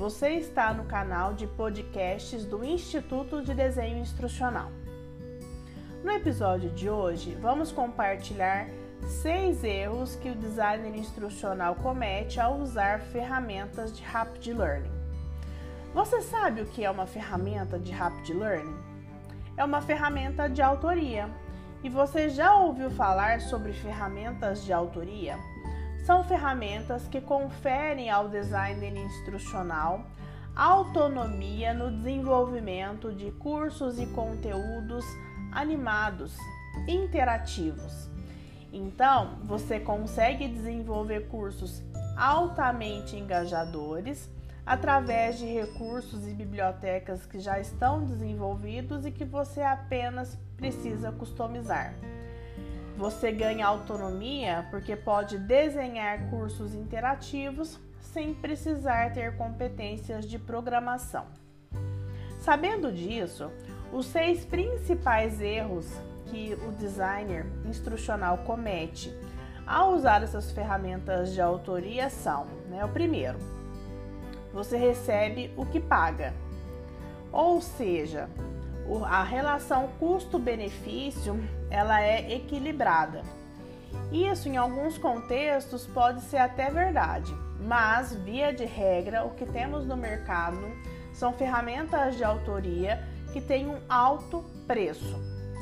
você está no canal de podcasts do Instituto de Desenho Instrucional. No episódio de hoje, vamos compartilhar 6 erros que o designer instrucional comete ao usar ferramentas de Rapid Learning. Você sabe o que é uma ferramenta de Rapid Learning? É uma ferramenta de autoria. E você já ouviu falar sobre ferramentas de autoria? São ferramentas que conferem ao designer instrucional autonomia no desenvolvimento de cursos e conteúdos animados, interativos. Então, você consegue desenvolver cursos altamente engajadores através de recursos e bibliotecas que já estão desenvolvidos e que você apenas precisa customizar. Você ganha autonomia porque pode desenhar cursos interativos sem precisar ter competências de programação. Sabendo disso, os 6 principais erros que o designer instrucional comete ao usar essas ferramentas de autoria são, o primeiro, você recebe o que paga, ou seja, a relação custo-benefício ela é equilibrada. Isso em alguns contextos pode ser até verdade, mas via de regra o que temos no mercado são ferramentas de autoria que têm um alto preço.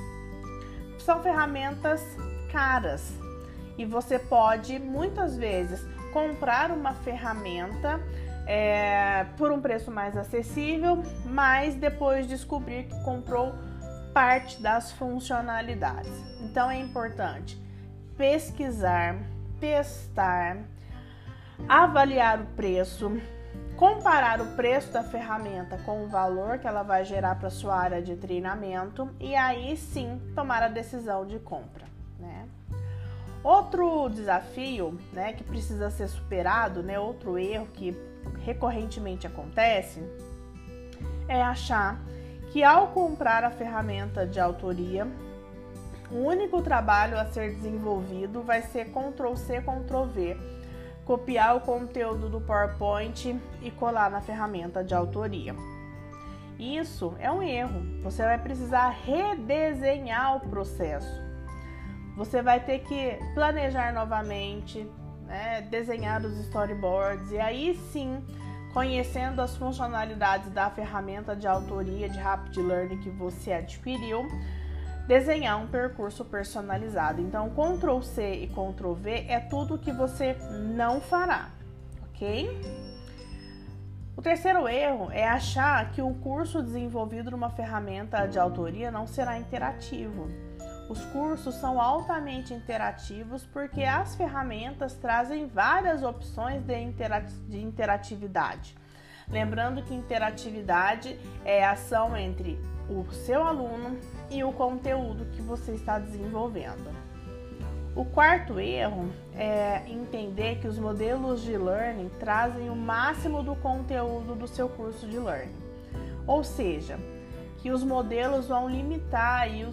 São ferramentas caras e você pode muitas vezes comprar uma ferramenta por um preço mais acessível, mas depois descobrir que comprou parte das funcionalidades. Então é importante pesquisar, testar, avaliar o preço, comparar o preço da ferramenta com o valor que ela vai gerar para sua área de treinamento e aí sim tomar a decisão de compra, Outro desafio, que precisa ser superado, outro erro que recorrentemente acontece, é achar que ao comprar a ferramenta de autoria, o único trabalho a ser desenvolvido vai ser Ctrl+C, Ctrl+V, copiar o conteúdo do PowerPoint e colar na ferramenta de autoria. Isso é um erro. Você vai precisar redesenhar o processo. Você vai ter que planejar novamente, desenhar os storyboards e aí sim, conhecendo as funcionalidades da ferramenta de autoria de Rapid Learning que você adquiriu, desenhar um percurso personalizado. Então, Ctrl+C e Ctrl+V é tudo que você não fará, ok? O terceiro erro é achar que o curso desenvolvido numa ferramenta de autoria não será interativo. Os cursos são altamente interativos porque as ferramentas trazem várias opções de interatividade. Lembrando que interatividade é a ação entre o seu aluno e o conteúdo que você está desenvolvendo. O quarto erro é entender que os modelos de learning trazem o máximo do conteúdo do seu curso de learning. Ou seja, que os modelos vão limitar aí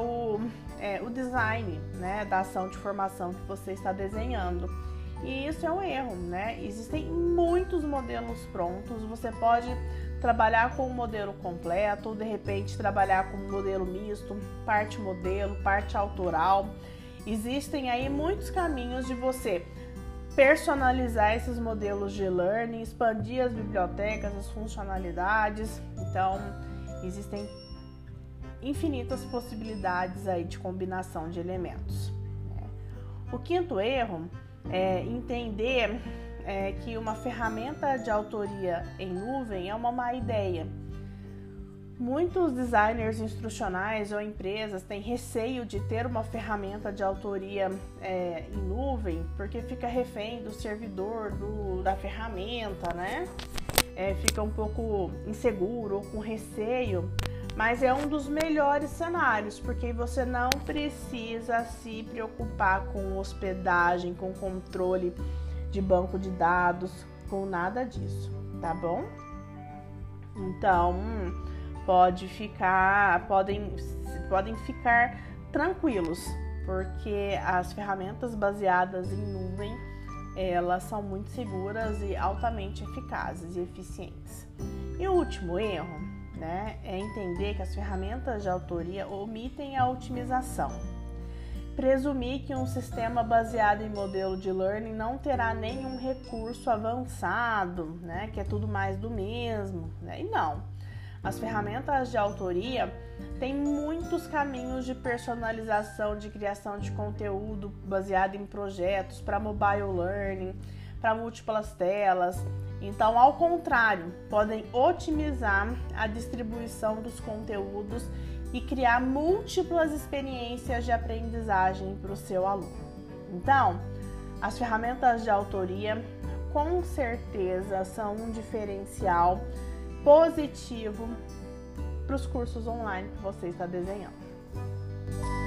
o design, da ação de formação que você está desenhando. E isso é um erro, Existem muitos modelos prontos, você pode trabalhar com um modelo completo, ou de repente trabalhar com um modelo misto, parte modelo, parte autoral. Existem aí muitos caminhos de você personalizar esses modelos de learning, expandir as bibliotecas, as funcionalidades. Então, existem infinitas possibilidades aí de combinação de elementos. O quinto erro é entender que uma ferramenta de autoria em nuvem é uma má ideia. Muitos designers instrucionais ou empresas têm receio de ter uma ferramenta de autoria em nuvem porque fica refém do servidor da ferramenta, fica um pouco inseguro ou com receio, mas é um dos melhores cenários porque você não precisa se preocupar com hospedagem, com controle de banco de dados, com nada disso, tá bom? Então, podem ficar tranquilos, porque as ferramentas baseadas em nuvem elas são muito seguras e altamente eficazes e eficientes. E o último erro, né, é entender que as ferramentas de autoria omitem a otimização. Presumir que um sistema baseado em modelo de learning não terá nenhum recurso avançado, né, que é tudo mais do mesmo, né? E não. As ferramentas de autoria têm muitos caminhos de personalização, de criação de conteúdo baseado em projetos para mobile learning, para múltiplas telas. Então, ao contrário, podem otimizar a distribuição dos conteúdos e criar múltiplas experiências de aprendizagem para o seu aluno. Então, as ferramentas de autoria com certeza são um diferencial positivo para os cursos online que você está desenhando.